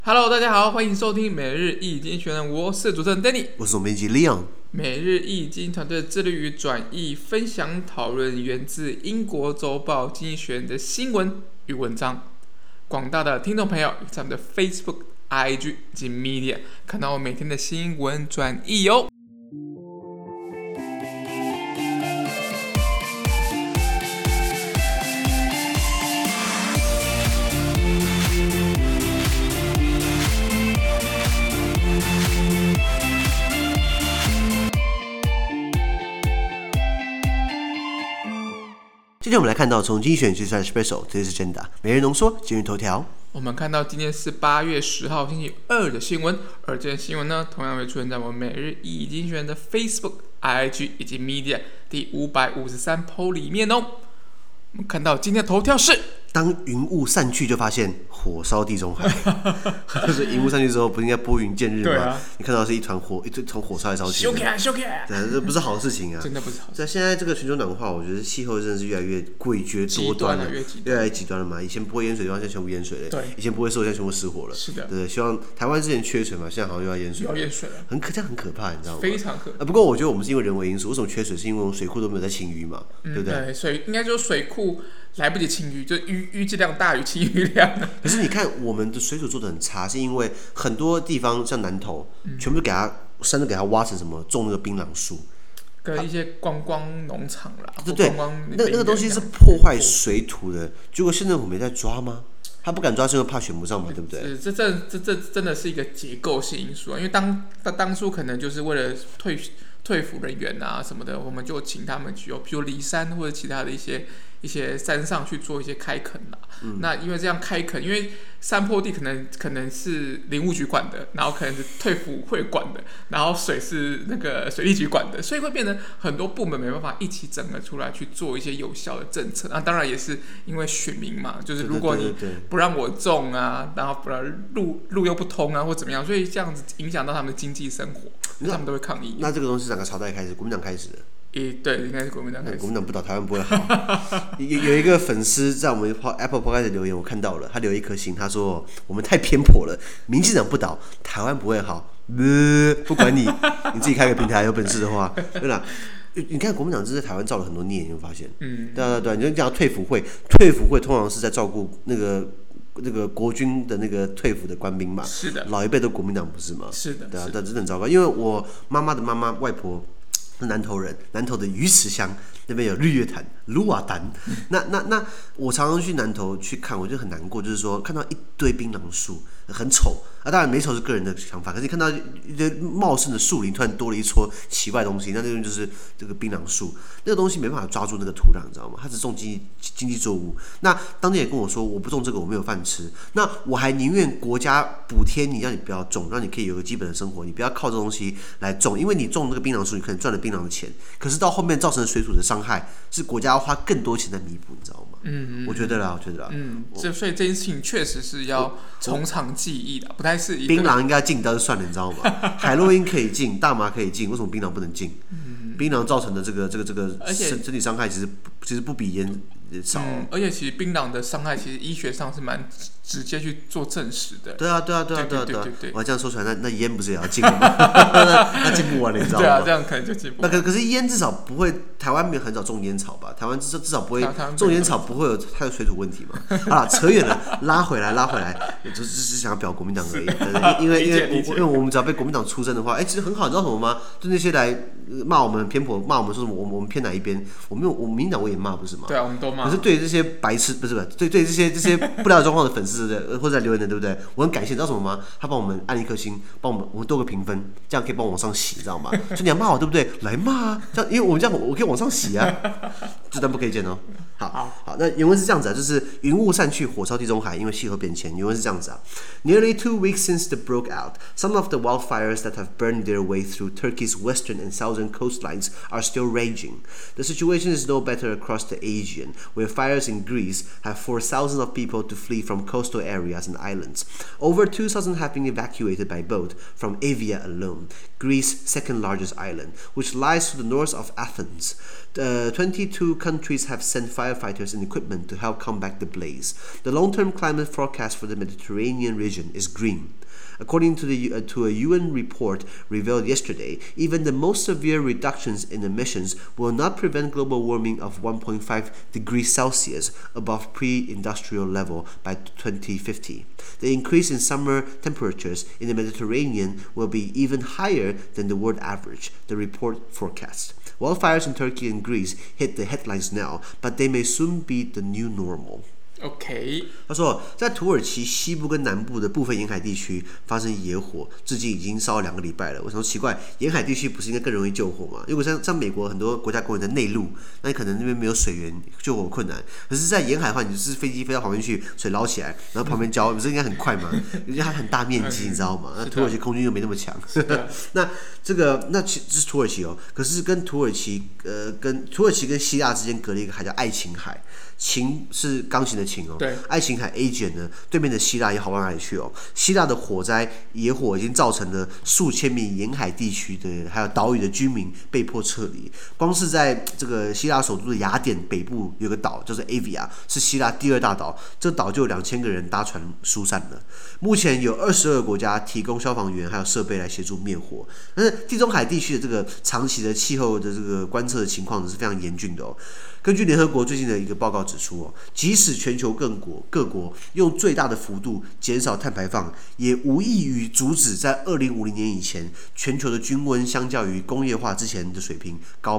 Hello， 大家好，欢迎收听每日易经学人，我是主持人 Danny， 我是总编辑 Leon。 每日易经团队致力于转译、分享、讨论源自英国周报《经济学人》的新闻与文章。广大的听众朋友，在我们的 Facebook、IG 及 Media 看到我每天的新闻转译哟。 今天我们来看到从精选计算 Special， 这是真的每日浓缩今日头条。 我们看到今天是8月10号星期二的新闻，而这些新闻呢，同样会出现在我们每日易经学人的 Facebook、IG 以及 Media 第553 po 里面哦。我们看到今天的头条是： 当云雾散去，就发现火烧地中海。就是云雾散去之后，不是应该拨云见日吗？ 对啊， 你看到是一团火，从火烧来烧去。 修改， 对，这不是好事情啊！ 真的不是好事。 在现在这个全球暖化，我觉得气候真的是越来越诡谲多端了，越来越极端了嘛。以前不会淹水的地方，现在全部淹水了。 对， 以前不会受，现在全部失火了。 是的， 对，希望台湾之前缺水嘛，现在好像又要淹水了。 要淹水了， 这样很可怕，你知道吗？ 非常可怕。 不过我觉得我们是因为人为因素，为什么缺水？是因为我们水库都没有在清淤嘛，对不对？ 对，应该说水库来不及清淤，就淤积量大于清淤量。 可是你看，我们的水土做得很差，是因为很多地方像南投，全部给它山都给它挖成什么种那个槟榔树， 跟一些观光农场啦， 对，那个东西是破坏水土的。结果县政府没在抓吗？他不敢抓，是因为怕选不上嘛，对不对？ 这真的是一个结构性因素啊，因为当初可能就是为了退服人员啊什么的，我们就请他们去，比如离山或者其他的一些山上去做一些开垦啦。那因为这样开垦，因为山坡地可能是林务局管的，然后可能是退服会管的，然后水是那个水利局管的，所以会变成很多部门没办法一起整合出来去做一些有效的政策。那当然也是因为选民嘛，就是如果你不让我种啊，然后不然路又不通啊，或怎么样，所以这样子影响到他们的经济生活，他们都会抗议。 那这个东西是哪个朝代开始？国民党开始的。 对，应该是国民党开始。 国民党不倒，台湾不会好。有一个粉丝在我们 Apple Podcast 留言，我看到了，他留一颗心，他说我们太偏颇了，民进党不倒，台湾不会好。不管你，你自己开个平台，有本事的话，对啦。你看国民党真的在台湾造了很多孽，你会发现。对，你就讲退辅会通常是在照顾那个国军的那个退伍的官兵嘛。 是的。 老一辈都国民党不是吗？ 是的。 对啊，但真的很糟糕，因为我妈妈的妈妈外婆。是南投人，南投的鱼池乡那边有日月潭、鲁瓦丹。那我常常去南投去看，我就很难过，就是说看到一堆槟榔树，很丑啊。当然美丑是个人的想法，可是你看到一堆茂盛的树林，突然多了一撮奇怪的东西，那边就是这个槟榔树。那个东西没办法抓住那个土壤，你知道吗？它只种经济作物。那当地也跟我说，我不种这个我没有饭吃。那我还宁愿国家补贴你，让你不要种，让你可以有个基本的生活，你不要靠这东西来种，因为你种那个槟榔树，你可能赚了槟榔的钱，可是到后面造成水土的伤害，是国家要花更多钱来弥补，你知道吗？我觉得啦。 所以这件事情确实是要从长计议的，不太是一个。 槟榔应该禁掉就算了，你知道吗？海洛因可以禁，大麻可以禁，为什么槟榔不能禁？槟榔造成的这个身体伤害其实不比烟少。 而且其实槟榔的伤害，其实医学上是蛮直接去做证实的。 对啊。我这样说出来，那烟不是也要禁吗？那禁不完了，你知道吗？ 对啊，这样可能就禁不完。 可是烟至少不会，台湾没有很少种烟草吧？台湾至少不会种烟草，不会有太多水土问题嘛？好啦，扯远了，拉回来，就是想要表国民党而已。因为我们只要被国民党出征的话，其实很好，你知道什么吗？就那些来骂我们偏颇，骂我们说什么我们偏哪一边？我民进党我也骂不是吗？ 对啊，我们都骂。 可是对于这些白痴对这些不了解状况的粉丝或者留言的，对不对？我很感谢，你知道什么吗？他帮我们按一颗星，帮我们多个评分，这样可以帮我往上洗，知道吗？所以你要骂我，对不对？来骂啊！这样，因为我们这样我可以往上洗啊，这段不可以剪哦。好，那原文是这样子啊，就是云雾散去，火烧地中海，因为气候变迁。原文是这样子啊 ：Nearly 2 weeks since they broke out, some of the wildfires that have burned their way through Turkey's western and southern coastlines are still raging. The situation is no better across the Aegean, where fires in Greece have forced thousands of people to flee from coastal areas and islands. Over 2,000 have been evacuated by boat from Evia alone, Greece's second largest island, which lies to the north of Athens. 22 countries have sent firefighters and equipment to help combat the blaze. The long-term climate forecast for the Mediterranean region is green. According to a UN report revealed yesterday, even the most severe reductions in emissions will not prevent global warming of 1.5 degrees Celsius above pre-industrial level by 2050. The increase in summer temperatures in the Mediterranean will be even higher than the world average, the report forecasts. Wildfires in Turkey and Greece hit the headlines now, but they may soon be the new normal. OK， 他说，在土耳其西部跟南部的部分沿海地区发生野火，至今已经烧了2个礼拜了。我想说奇怪，沿海地区不是应该更容易救火吗？如果像美国很多国家公园的内陆，那你可能那边没有水源，救火困难。可是，在沿海的话，你就是飞机飞到旁边去，水捞起来，然后旁边浇，不是应该很快吗？因为它很大面积，你知道吗？那土耳其空军又没那么强。那其实土耳其哦，可是跟土耳其跟希腊之间隔了一个海叫爱琴海。琴是钢琴的琴哦， 对， 爱琴海 Aegean 呢，对面的希腊也好不到哪里去哦。希腊的火灾野火已经造成了数千名沿海地区的还有岛屿的居民被迫撤离。光是在这个希腊首都的雅典北部有个岛叫做 Evia， 是希腊第2大岛，这个岛就有2000个人搭船疏散了。目前有22个国家提供消防员还有设备来协助灭火。但是地中海地区的这个长期的气候的这个观测的情况是非常严峻的哦。根据联合国最近的一个报告指出哦，即使全球各国用最大的幅度减少碳排放，也无异于阻止在2050年以前全球的均温相较于工业化之前的水平高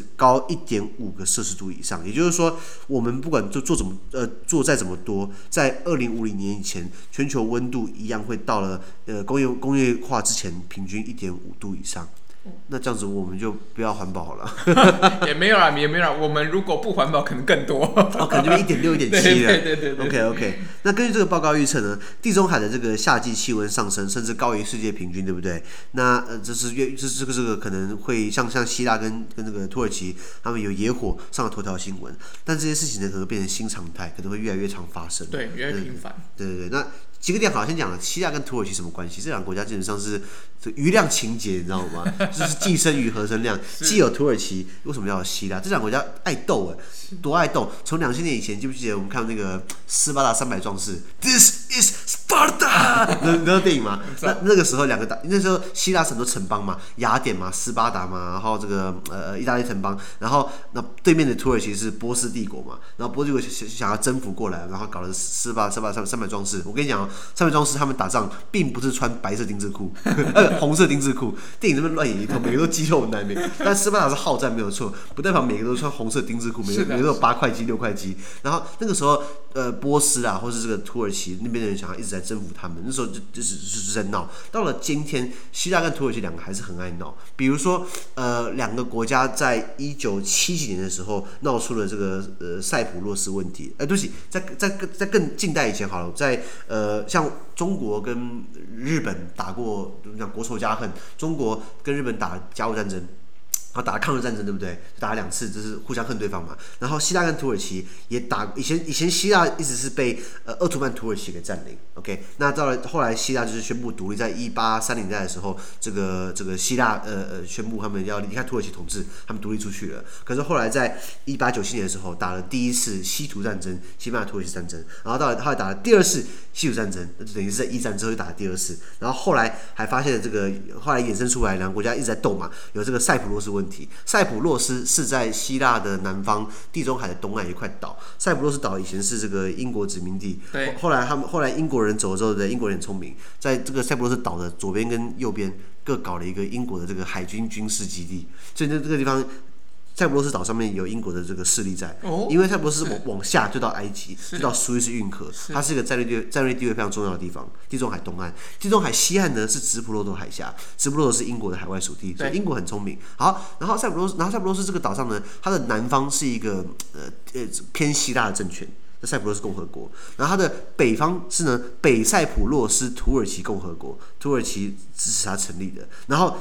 1.5个摄氏度以上。也就是说，我们不管做再怎么多，在2050年以前，全球温度一样会到了工业化之前平均1.5度以上。那这样子我们就不要环保好了。 也没有啦，我们如果不环保，可能更多。 可能就1.6、1.7了。 对。 OK。那根据这个报告预测呢，地中海的这个夏季气温上升，甚至高于世界平均，对不对？那这个可能会像希腊跟这个土耳其，他们有野火上了头条新闻，但这些事情呢可能变成新常态，可能会越来越常发生。 对，越来越频繁。 对。那几个点好，先讲了希腊跟土耳其什么关系？这两个国家基本上是余量情节，你知道吗？就是寄生于核生量，既有土耳其，为什么要有希腊？这两个国家爱斗多爱斗！从2000年以前，记不记得我们看那个斯巴达300壮士 ？This is Sparta， 你知道电影吗？那个时候那时候希腊是很多城邦嘛，雅典嘛，斯巴达嘛，然后这个意大利城邦，然后那对面的土耳其是波斯帝国嘛，然后波斯帝国想要征服过来，然后搞了斯巴达300壮士。我跟你讲300壮士他们打仗并不是穿白色丁字裤，红色丁字裤，电影这边乱演一通，每个都肌肉男，但斯巴达是好战没有错，不代表每个都穿红色丁字裤，每个都有8块肌、6块肌。然后那个时候，波斯啊，或是这个土耳其那边的人想要一直在征服他们，那时候就是在闹。到了今天，希腊跟土耳其两个还是很爱闹。比如说，两个国家在1970几年的时候闹出了这个塞浦路斯问题。对不起，在更近代以前好了，在像中国跟日本打过，讲国仇家恨，中国跟日本打甲午战争。然后打抗日战争，对不对？打了2次，就是互相恨对方嘛。然后希腊跟土耳其也打，以前希腊一直是被鄂图曼土耳其给占领。OK， 那到了后来希腊就是宣布独立，在1830年代的时候，这个希腊宣布他们要离开土耳其统治，他们独立出去了。可是后来在1897年的时候打了第1次西土战争，西班牙土耳其战争，然后后来打了第2次西土战争，那就等于是在1战之后就打了第2次。然后后来还发现了这个，后来衍生出来两个国家一直在斗嘛，有这个塞浦路斯问题。塞浦路斯是在希腊的南方，地中海的东岸一块岛。塞浦路斯岛以前是这个英国殖民地，后来英国人走了之后，英国人很聪明，在这个塞浦路斯岛的左边跟右边各搞了一个英国的这个海军军事基地，所以这个地方。塞浦路斯岛上面有英国的这个势力在，因为塞浦路斯往下就到埃及，就到苏伊士运河，它是一个战略地位非常重要的地方。地中海东岸，地中海西岸呢是直布罗陀海峡，直布罗陀是英国的海外属地，所以英国很聪明。好，然后塞浦路斯这个岛上呢，它的南方是一个偏希腊的政权。塞浦路斯共和国，然后它的北方是呢北塞浦路斯土耳其共和国，土耳其支持它成立的。然后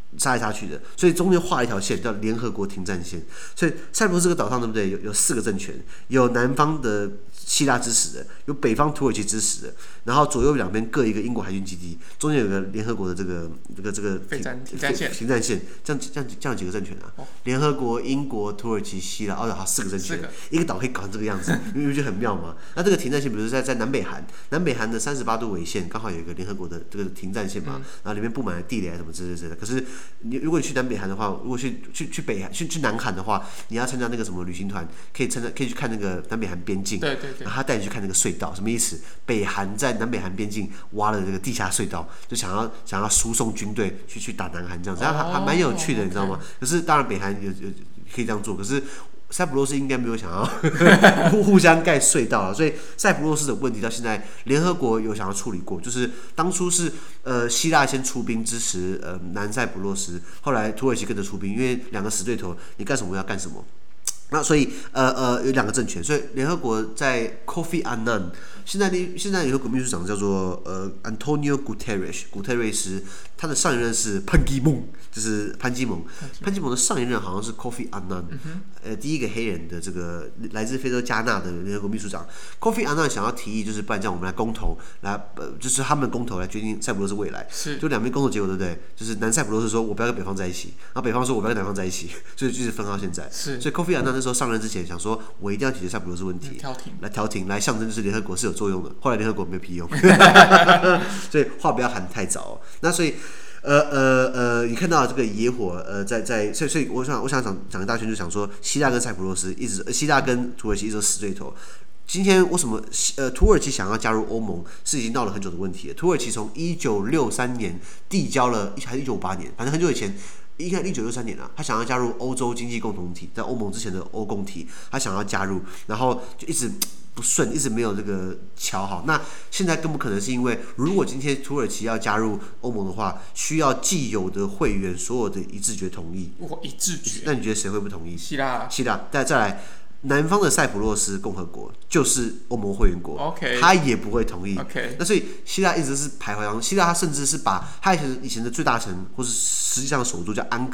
杀来杀去的，所以中间画了一条线叫联合国停战线。所以塞浦路斯这个岛上，对不对？有4个政权，有南方的希腊支持的，有北方土耳其支持的，然后左右两边各一个英国海军基地，中间有个联合国的这个停战线，这样几个政权啊？联合国、英国、土耳其、希腊，好4个政权，一个岛可以搞成这个样子，你不觉得很妙吗？那这个停战线，比如说在南北韩，南北韩的38度纬线刚好有一个联合国的这个停战线嘛，然后里面布满了地雷什么之类的。可是如果你去南北韩的话，如果去北韩去南韩的话，你要参加那个什么旅行团，可以去看那个南北韩边境。 对。 然后他带你去看那个隧道，什么意思？北韩在南北韩边境挖了这个地下隧道，就想要输送军队去打南韩这样子，还蛮有趣的，你知道吗？可是当然北韩有可以这样做，可是塞浦路斯应该没有想要互相盖隧道了，所以塞浦路斯的问题到现在联合国有想要处理过，就是当初是希腊先出兵支持南塞浦路斯，后来土耳其跟着出兵，因为2个死对头，你干什么我要干什么。那所以有2个政权，所以联合国在 Kofi Annan， 现在联合国秘书长叫做Antonio Guterres， 古特瑞斯，他的上一任是潘基蒙，就是潘基蒙的上一任好像是 Kofi Annan，第一个黑人的这个来自非洲加纳的联合国秘书长 Kofi Annan 想要提议，就是不然这样我们来公投，就是他们公投来决定塞浦路斯未来，就两边公投结果对不对？就是南塞浦路斯说我不要跟北方在一起，然后北方说我不要跟南方在一起，所以就是分到现在。所以 Kofi Annan那时候上任之前想说，我一定要解决塞浦路斯问题，调停，来象征就是联合国是有作用的。后来联合国没屁用，所以话不要喊太早。那所以你看到这个野火所以我想讲一大圈，就想说希腊跟塞浦路斯希腊跟土耳其一直都死对头。今天为什么土耳其想要加入欧盟是已经闹了很久的问题了？土耳其从1963年递交了，还是1958年，反正很久以前。应该1963年了，他想要加入欧洲经济共同体，在欧盟之前的欧共体，他想要加入，然后就一直不顺，一直没有这个瞧好。那现在更不可能，是因为如果今天土耳其要加入欧盟的话，需要既有的会员所有的一致决同意。 一致决？ 那你觉得谁会不同意？ 希腊。 再来。南方的塞浦路斯共和国就是欧盟会员国，他也不会同意。那所以希腊一直是徘徊当中。希腊他甚至是把他以前的最大城，或是实际上的首都叫安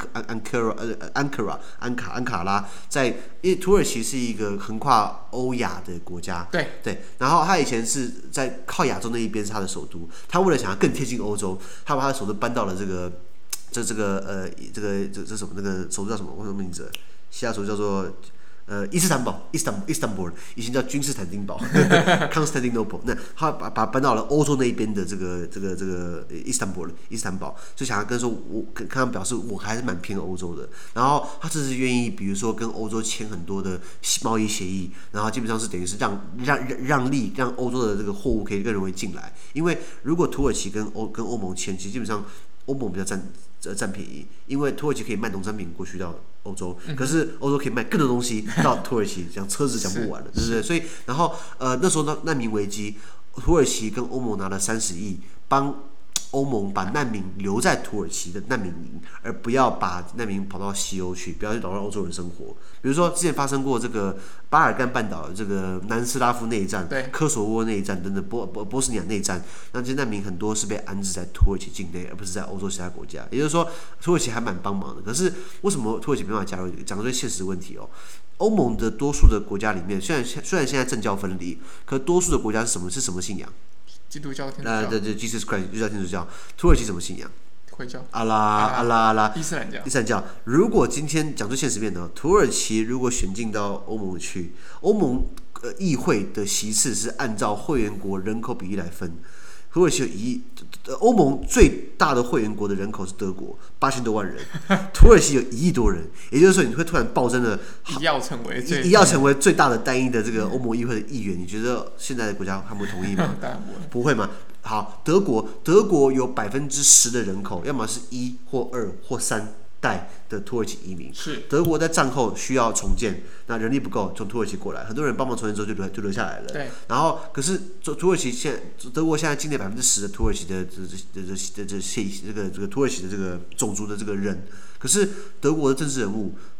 卡拉，因为土耳其是一个横跨欧亚的国家，对。然后他以前是在靠亚洲那一边是他的首都，他为了想要更贴近欧洲，他把他的首都搬到了这什么那个首都叫什么？我什么名字？希腊首都叫做。伊斯坦堡 ，Istanbul 以前叫君士坦丁堡，Constantinople。那他把搬到了欧洲那一边的这个伊斯坦堡，就想要跟他们表示我还是蛮偏欧洲的。然后他甚至愿意，比如说跟欧洲签很多的贸易协议，然后基本上是等于是让利，让欧洲的这个货物可以更容易进来。因为如果土耳其跟欧盟签，其实基本上欧盟比较占便宜，因为土耳其可以卖农产品过去到欧洲，可是欧洲可以卖更多东西到土耳其，讲车子讲不完了，对不对？所以，然后那时候难民危机，土耳其跟欧盟拿了30亿，帮欧盟把难民留在土耳其的难民营，而不要把难民跑到西欧去，不要去扰乱欧洲人生活。比如说之前发生过这个巴尔干半岛的这个南斯拉夫内战、科索沃内战等等波斯尼亚内战，那这些难民很多是被安置在土耳其境内，而不是在欧洲其他国家。也就是说，土耳其还蛮帮忙的。可是为什么土耳其没办法加入？讲个最现实的问题哦。欧盟的多数的国家里面，虽然现在政教分离，可多数的国家是什么信仰？ 基督教、天主教。 对 ，Jesus Christ 就叫天主教。土耳其什么信仰？ 回教。 阿拉。 伊斯兰教。 如果今天讲最现实面的，土耳其如果选进到欧盟去，欧盟议会的席次是按照会员国人口比例来分。土耳其有1亿，欧盟最大的会员国的人口是德国，8000多万人，土耳其有1亿多人，也就是说你会突然暴增了， 一要成为最大的单一的这个欧盟议会的议员，你觉得现在的国家他们会同意吗？ 当然不会吗？好，德国有10%的人口，要么是1或2或3代的土耳其移民。 是德国在战后需要重建，那人力不够，从土耳其过来，很多人帮忙重建之后就留下来了。 对。 然后可是德国现在境内10%的土耳其的这个土耳其的这个种族的这个人，可是德国的政治人物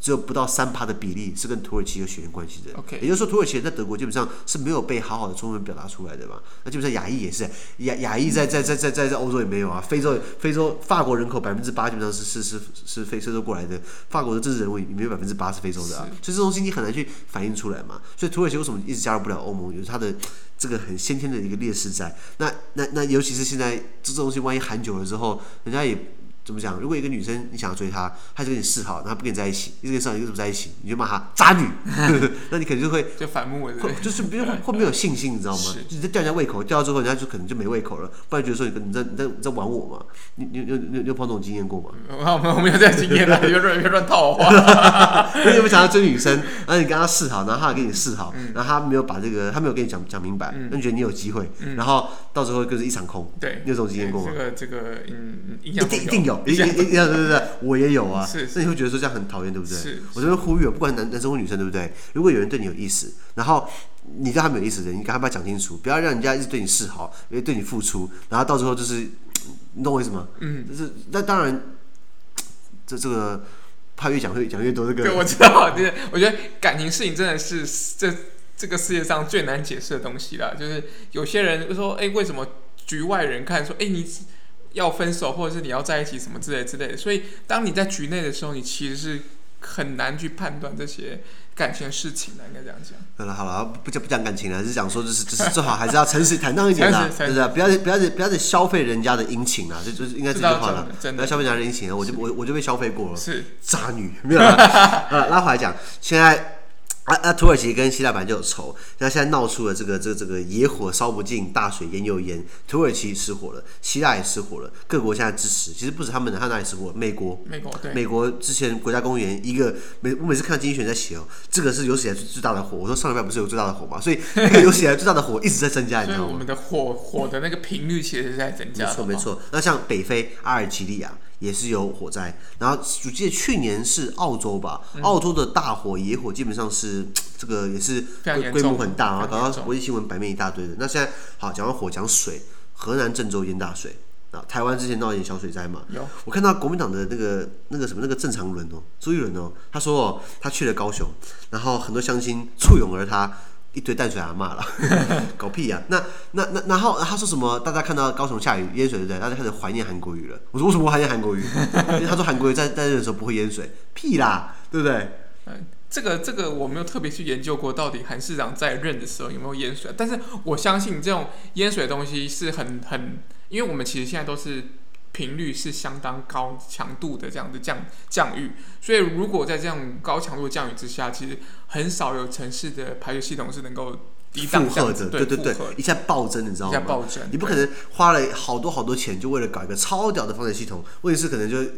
只有不到3%的比例是跟土耳其有血缘关系的。 OK， 也就是说土耳其人在德国基本上是没有被好好的中文表达出来的嘛。那基本上亚裔也是，亚裔在欧洲也没有啊。非洲法国人口8%基本上是非洲过来的，法国的政治人物也没有8%是非洲的啊。所以这东西你很难去反映出来嘛。所以土耳其为什么一直加入不了欧盟，有它的这个很先天的一个劣势在。那尤其是现在这东西万一喊久了之后，人家也怎么讲？如果一个女生你想要追她，她就跟你示好，然后她不跟你在一起，一直跟你示好，一直不在一起，你就骂她渣女，那你可能就会反目了， 就是会没有信心，你知道吗？你在吊人家胃口，吊到最后人家就可能就没胃口了，不然觉得说你在玩我嘛？你有碰到这种经验过吗？ 我没有这样经验啦，别乱套话。 你有没有想要追女生，然后你跟她示好，然后她跟你示好，然后她没有把这个，她没有跟你讲明白，那你觉得你有机会，然后到时候就是一场空。 对， 你有这种经验过吗？ 这个一定有，对，我也有啊。 是， 那你会觉得说这样很讨厌，对不对？ 是， 我这边呼吁，不管男生或女生，对不对？如果有人对你有意思，然后你对他没有意思的人，你跟他把讲清楚，不要让人家一直对你示好，对你付出，然后到最后就是，你懂我意思吗？就是那当然，这个怕越讲越多这个。 对，我知道，我觉得感情事情真的是这个世界上最难解释的东西啦。就是有些人就说，为什么局外人看说，你要分手，或者是你要在一起什么之类的。所以当你在局内的时候，你其实是很难去判断这些感情的事情的，应该这样讲。 好了，不讲感情了，是讲说就是最好还是要诚实坦荡一点啦，对不对？不要消费人家的殷勤啦，就是应该这句话了。不要消费人家的殷勤，我就被消费过了。 是渣女，没有啦。拉回来讲，现在。土耳其跟希腊本来就有仇，那现在闹出了这个野火烧不尽，大水淹又淹。土耳其失火了，希腊也失火了，各国现在支持。其实不止他们的，他哪里失火？美国对，美国之前国家公园我每次看经济学在写这个是有史以来最大的火。我说上礼拜不是有最大的火吗？所以那个有史以来最大的火一直在增加，你知道吗？ 所以我们的火的那个频率其实是在增加的。 没错。那像北非阿尔及利亚也是有火灾，然后我记得去年是澳洲吧，澳洲的大火野火基本上是这个也是规模很大，然后搞到国际新闻版面一大堆的。那现在好讲到火讲水，河南郑州淹大水啊，台湾之前闹一点小水灾嘛，我看到国民党的那个郑长伦朱一伦他说他去了高雄，然后很多乡亲簇拥而他。一堆淡水阿嬷了，搞屁呀、啊！然后他说什么？大家看到高雄下雨淹水，对不对？大家开始怀念韩国语了。我说为什么怀念韩国语？因为他说韩国语在热的时候不会淹水，屁啦，对不对？ 这个我没有特别去研究过，到底韩市长在任的时候有没有淹水？但是我相信这种淹水的东西是很，因为我们其实现在都是。频率是相当高强度的这样的降雨，所以如果在这样高强度的降雨之下，其实很少有城市的排水系统是能够抵挡这样子， 对，一下暴增，你知道吗？ 一下暴增， 你不可能花了好多钱就为了搞一个超屌的防水系统，问题是可能就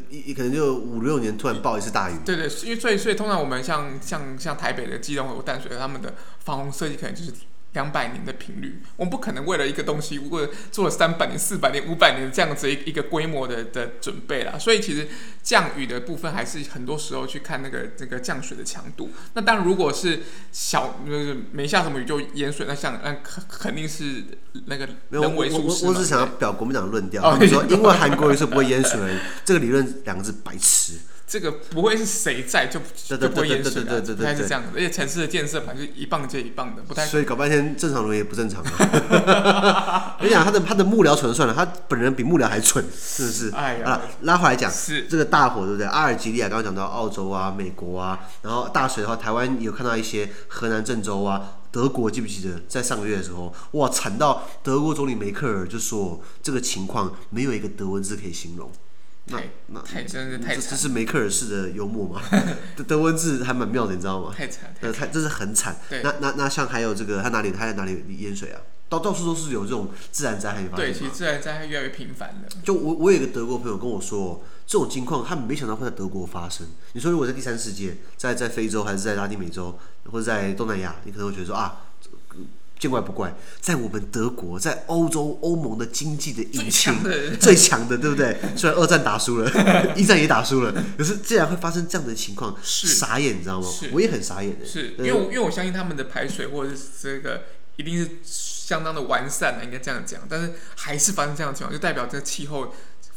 5-6年突然暴一次大雨。 对，因为所以通常我们像台北的基隆河淡水，他们的防洪设计可能就是200年的频率，我们不可能为了一个东西，如果做了300年、400年、500年这样子一个规模的准备啦，所以其实降雨的部分还是很多时候去看那个降水的强度。那当然，如果是就是没下什么雨就淹水，那肯定是那个人为疏失。 我只想要表国民党的论调，他们说因为韩国瑜是不会淹水而已，这个理论2个字白痴。 这个不会是谁在就不会淹水的，不太是这样的。而且城市的建设反正就一棒接一棒的，不太。 所以搞半天正常人也不正常啊！我跟你讲，他的幕僚蠢算了，他本人比幕僚还蠢，真的是。 哎呀， 拉回来讲，这个大火对不对？阿尔及利亚刚刚讲到澳洲啊、美国啊，然后大水的话，台湾有看到一些河南郑州啊。德国记不记得在上个月的时候，哇，惨到德国总理梅克尔就说这个情况没有一个德文字可以形容。 真的太惨， 这是梅克尔式的幽默嘛？德文字还蛮妙的，你知道吗？ 太惨， 真是很惨。那像还有这个，他哪里淹水啊？到处都是有这种自然灾害发生。 对，其实自然灾害越来越频繁了。 就我有一个德国朋友跟我说，这种情况他们没想到会在德国发生。你说如果在第三世界，在非洲还是在拉丁美洲或者在东南亚，你可能会觉得说啊。见怪不怪，在我们德国，在欧洲欧盟的经济的引擎最强的，对不对？虽然2战打输了，1战也打输了，可是竟然会发生这样的情况，傻眼，你知道吗？我也很傻眼的。 是因为我相信他们的排水或者是这个一定是相当的完善的，应该这样讲。但是还是发生这样的情况，就代表这个气候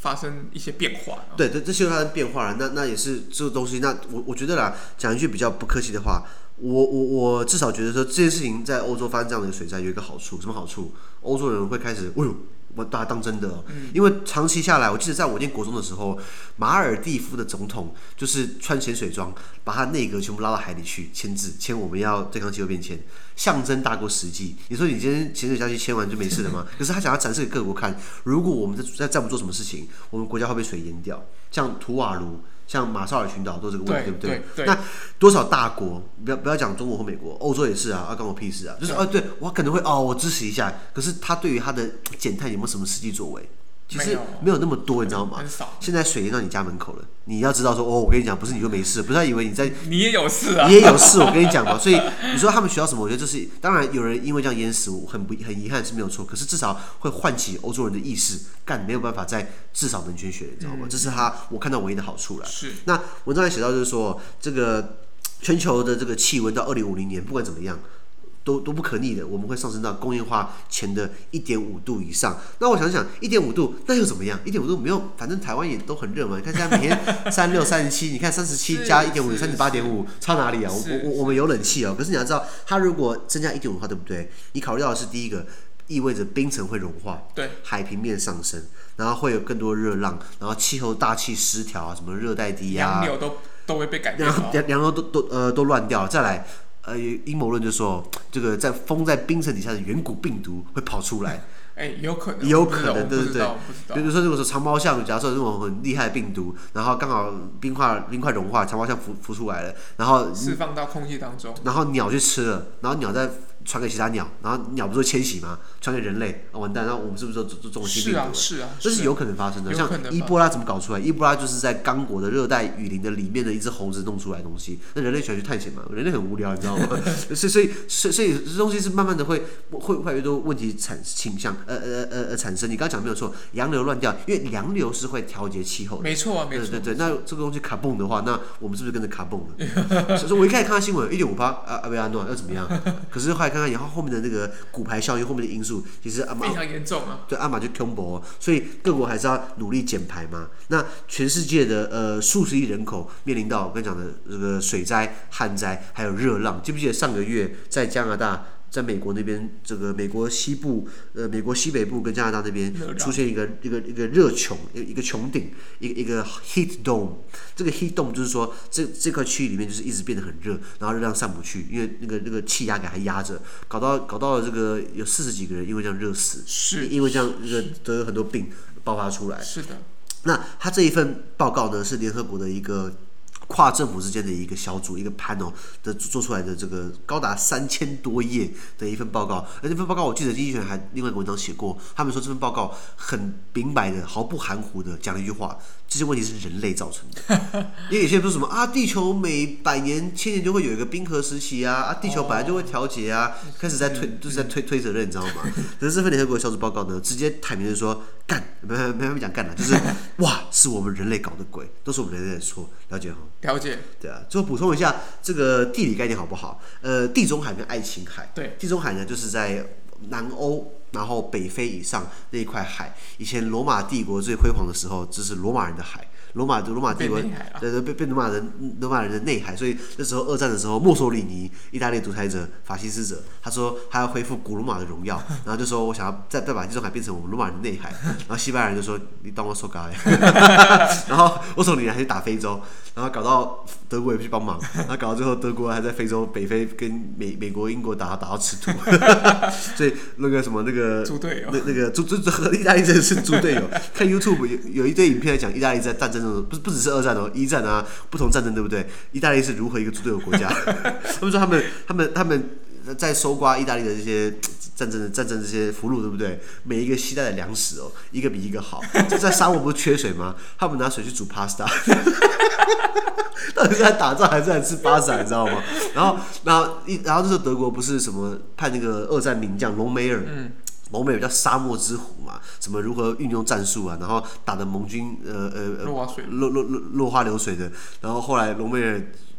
发生一些变化。 对，这些发生变化了，那也是这个东西。那我觉得啦，讲一句比较不客气的话，我至少觉得说这件事情在欧洲发生这样的一个水灾有一个好处，什么好处？欧洲人会开始，哎呦，我把它当真的哦，因为长期下来，我记得在我念国中的时候，马尔地夫的总统就是穿潜水装，把他内阁全部拉到海里去签字，签我们要对抗气候变迁，象征大过实际。你说你今天潜水下去签完就没事了吗？可是他想要展示给各国看，如果我们再不做什么事情，我们国家会被水淹掉。像图瓦卢。像马绍尔群岛都是这个问题，对不对？ 对。 那多少大国，不要讲中国或美国，欧洲也是啊，关我屁事啊！就是对我可能会我支持一下，可是他对于他的减碳有没有什么实际作为？其实没有那么多，你知道吗？ 很少。 现在水淹到你家门口了，你要知道说，我跟你讲，不是你就没事，不要以为你也有事啊， 你也有事，我跟你讲嘛。所以你说他们需要什么？我觉得这是当然，有人因为这样淹死，很遗憾是没有错。可是至少会唤起欧洲人的意识，没有办法再至少能捐血，你知道吗？这是我看到唯一的好处了。 是。 那文章也写到，就是说这个全球的这个气温到2050年，不管怎么样。都不可逆的，我们会上升到工业化前的1.5度以上。那我想想，1.5度那又怎么样？1.5度没有，反正台湾也都很热嘛。你看现在每天36、37，你看37加1.5 38.5，差哪里啊？我们有冷气哦。可是你要知道，它如果增加1.5的话，对不对？你考虑到的是第一个，意味着冰层会融化， 对， 海平面上升，然后会有更多热浪，然后气候大气失调啊，什么热带低压， 洋流都会被改变， 洋流都乱掉了。再来。阴谋论就说，这个封在冰层底下的远古病毒会跑出来。 有可能， 对对对。比如说，如果说长毛象，假设这种很厉害的病毒，然后刚好冰块融化，长毛象浮出来了，然后释放到空气当中， 然后鸟去吃了，然后鸟再传给其他鸟，然后鸟不是会迁徙吗？传给人类，完蛋，那我们是不是都中新病毒了？ 是啊， 这是有可能发生的。像伊波拉怎么搞出来？伊波拉就是在刚果的热带雨林的里面的一只猴子弄出来的东西。那人类喜欢去探险嘛？人类很无聊，你知道吗？所以这东西是慢慢的会越来越多问题倾向产生。你刚刚讲没有错，洋流乱掉，因为洋流是会调节气候的。 没错啊，没错。 对。那这个东西卡蹦的话，那我们是不是跟着卡蹦了？所以说我一开始看到新闻1.5%，贝阿诺要怎么样？可是后来看看以后面的那个骨牌效应，后面的因素其实非常严重啊。 对，阿玛就 combo， 所以各国还是要努力减排嘛。那全世界的数十亿人口面临到我跟你讲的这个水灾、旱灾，还有热浪。记不记得上个月在加拿大？在美国那边，这个美国西部、美国西北部跟加拿大那边出现一个热穹，一个穹顶，一个 heat dome。这个 heat dome 就是说，这块区域里面就是一直变得很热，然后热量上不去，因为那个气压给它压着，搞到了这个有40几个人因为这样热死， 是因为这样得了很多病爆发出来。 是的。 那他这一份报告呢，是联合国的一个。跨政府之间的一个小组，一个 panel 的做出来的这个高达3000多页的一份报告，而这份报告我记得经济学还另外一个文章写过，他们说这份报告很明白的、毫不含糊的讲了一句话：这些问题是人类造成的。因为有些人说什么地球每100年、1000年就会有一个冰河时期地球本来就会调节开始就是在推责任，你知道吗？可是这份联合国的小组报告呢，直接坦明的说没讲干了，就是哇，是我们人类搞的鬼，都是我们人类的错，了解哈？ 了解。 对啊，最后补充一下这个地理概念好不好？地中海跟爱琴海。 对， 地中海呢就是在南欧，然后北非以上那一块海。以前罗马帝国最辉煌的时候，这是罗马人的海。罗马帝国被罗马人的内海，所以那时候二战的时候，墨索里尼意大利独裁者、法西斯者，他说他要恢复古罗马的荣耀，然后就说我想要再把地中海变成我们罗马人的内海，然后西班牙人就说你当我说嘎然后墨索里尼还去打非洲，然后搞到德国也去帮忙，然后搞到最后德国还在非洲北非跟美国、英国打到吃土，所以那个什么那个猪队友， 那个意大利真的是猪队友。看 YouTube 有一堆影片在讲意大利在战争中，不只是二战一战啊，不同战争对不对？意大利是如何一个猪队友国家？他们说他们在搜刮意大利的这些战争这些俘虏，对不对？每一个携带的粮食一个比一个好。就在沙漠不是缺水吗？他们拿水去煮 pasta。到底是在打仗还是在吃巴萨，你知道吗？然后这时候德国不是什么派那个二战名将隆美尔，隆美尔叫沙漠之虎嘛，什么如何运用战术啊，然后打的盟军落花流水的，然后后来隆美尔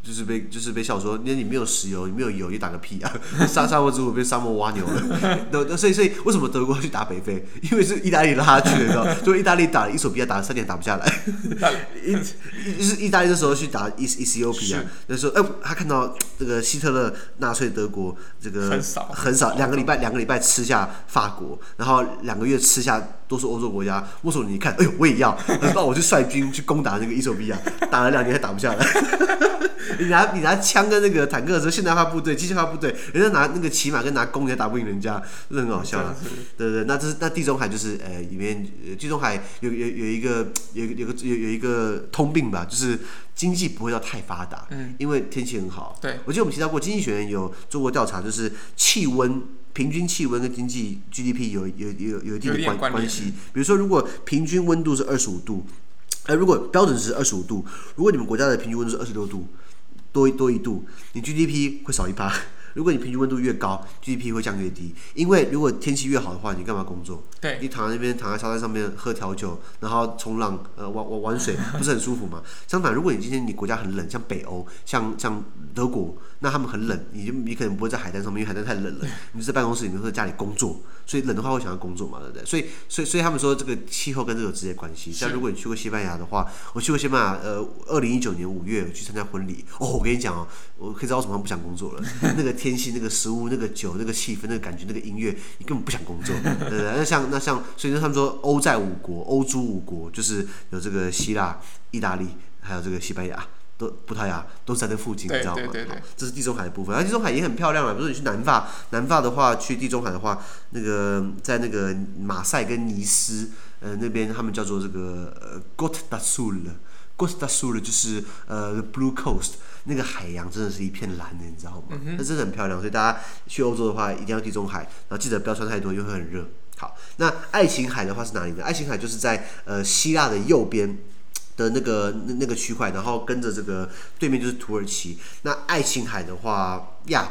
就是被笑说，你没有石油，你没有油，你打个屁啊！沙漠之母被沙漠挖牛了。所以为什么德国去打北非？因为是意大利拉他去的，你知道？就意大利打了伊索比亚，打了3年打不下来。就是意大利那时候去打Ethiopia，那时候他看到这个希特勒纳粹德国这个很少2个礼拜吃下法国，然后2个月吃下都是欧洲国家。墨索里尼看，哎呦我也要，然后我就率军去攻打那个伊索比亚，打了2年还打不下来。你拿枪跟那个坦克的时候，现代化部队、机械化部队，人家拿那个骑马跟拿弓，你还打不赢人家，这很好笑啦。对，那地中海就是里面地中海有一个通病吧，就是经济不会到太发达，因为天气很好。 对， 我记得我们提到过，经济学人有做过调查，就是平均气温跟经济 GDP 有一定的关系。比如说，如果平均温度是25度，如果标准是25度，如果你们国家的平均温度是26度，多1度，你 GDP 会少1%。如果你平均温度越高 ，GDP 会降越低。因为如果天气越好的话，你干嘛工作？ 对， 你躺在沙滩上面喝调酒，然后冲浪，玩水，不是很舒服吗？相反，如果你今天你国家很冷，像北欧，像德国，那他们很冷，你可能不会在海滩上面，因为海滩太冷了，你就在办公室里面或者家里工作，所以冷的话会想要工作嘛，对不对？所以他们说这个气候跟这个有直接关系。像如果你去过西班牙的话，我去过西班牙，2019年5月去参加婚礼，我跟你讲哦，我可以知道为什么他们不想工作了，那个天气、那个食物、那个酒、那个气氛、那个感觉、那个音乐，你根本不想工作。对不对？所以他们说欧债5国、欧洲5国，就是有这个希腊、意大利，还有这个西班牙。葡萄牙都在这附近，你知道吗？ 对， 这是地中海的部分。地中海也很漂亮啊。比如说你去南法的话，去地中海的话，在那个马赛跟尼斯，那边他们叫做这个Côte d'Azur。Côte d'Azur 就是the Blue Coast， 那个海洋真的是一片蓝的，你知道吗？那真的很漂亮。所以大家去欧洲的话，一定要地中海，然后记得不要穿太多，因为会很热。好，那爱琴海的话是哪里呢？爱琴海就是在希腊的右边的那个区块，然后跟着这个对面就是土耳其。那爱琴海的话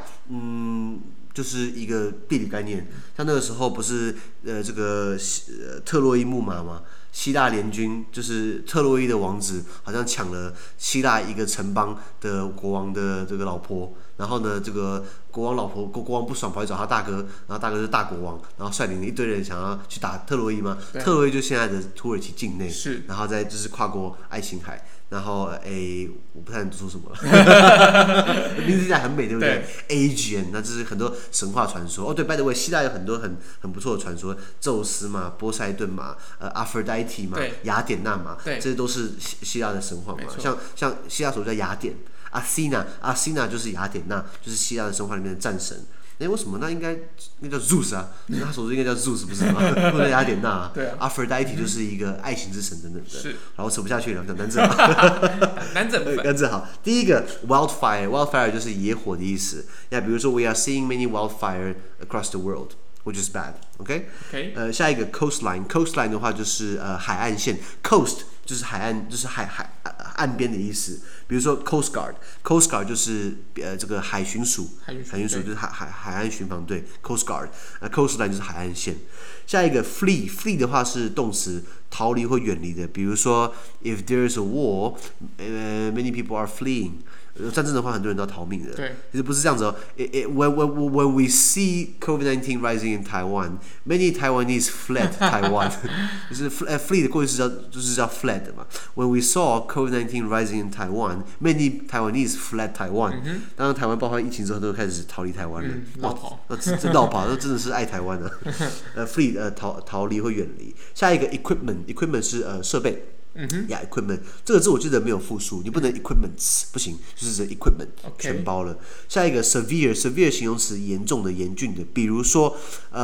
就是一个地理概念。像那个时候不是这个特洛伊木马吗？希腊联军就是特洛伊的王子，好像抢了希腊一个城邦的国王的这个老婆，然后呢，这个国王不爽，跑去找他大哥，然后大哥是大国王，然后率领一堆人想要去打特洛伊嘛。特洛伊就现在的土耳其境内，然后再就是跨过爱琴海。然后我不太能说什么了，名字听起来很美，对不对 ？Aegean， 那这是很多神话传说。对 ，by the way， 希腊有很多很不错的传说，宙斯嘛，波塞顿嘛，Aphrodite 嘛，雅典娜嘛，这些都是希腊的神话嘛。像希腊所叫雅典 ，Athena 就是雅典娜，就是希腊的神话里面的战神。为什么？那应该叫 Zeus 啊，他手术应该叫 Zeus 不是吗？或者雅典娜啊，Aphrodite 就是一个爱情之神等等的。是，然后扯不下去了，讲单字单字好。第一个 wildfire 就是野火的意思。比如说 We are seeing many wildfire across the world, which is bad. OK， 下一个 coastline 的话就是海岸线 ，coast 就是海岸，就是岸边的意思。比如说 Coast Guard 就是这个海巡署就是海岸巡防队 Coast Guard，coastline 就是海岸线。下一个 flee 的话是动词，逃离或远离的。比如说 If there is a war, many people are fleeing。战争的话，很多人都要逃命的。对，其实不是这样子哦。When we see COVID-19 rising in Taiwan, many Taiwanese fled Taiwan 就是 flee 的过去就是叫 fled 嘛。When we saw COVID-19 rising in Taiwan, many Taiwanese fled Taiwan。当台湾爆发疫情之后，都开始逃离台湾了， 绕跑， 绕跑，那真的是爱台湾啊。flee 逃离或远离。下一个 equipment 是设备。equipment 这个字我记得没有复数，你不能 equipments 不行，就是 equipment 全包了。下一个 severe 形容词，严重的、严峻的，比如说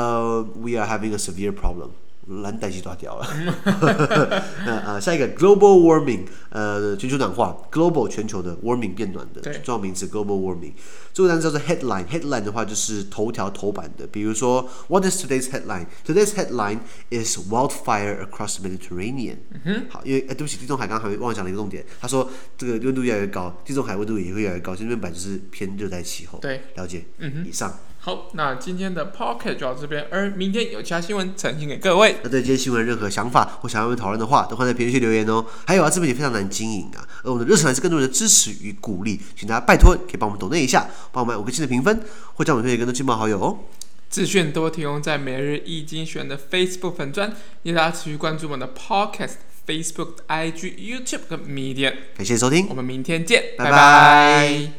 we are having a severe problem。蓝带起大条了。下一个 global warming， 全球暖化 ，global 全球的 warming 变暖的重要名词 global warming。这个单词叫做 headline 的话就是头条头版的，比如说 What is today's headline? Today's headline is wildfire across the Mediterranean。好，因为对不起，地中海刚刚还忘了讲了一个重点，他说这个温度越来越高，地中海温度也会越来越高，这边本来就是偏热带气候。对，了解。以上。 好，那今天的 Pocket 就到这边，而明天有其他新闻呈现给各位。 那对今天新闻任何想法或想要我们讨论的话，都欢迎在评论区留言哦。还有自媒体非常难经营而我们的热忱来自更多人的支持与鼓励，请大家拜托可以帮我们抖内一下，帮我们5颗星的评分，或将我们推荐更多亲朋好友哦。 资讯都提供在每日易经选的 Facebook 粉专，也大家持续关注我们的 Podcast、Facebook、IG、YouTube 跟 Medium。 感谢收听， 我们明天见， 拜拜拜。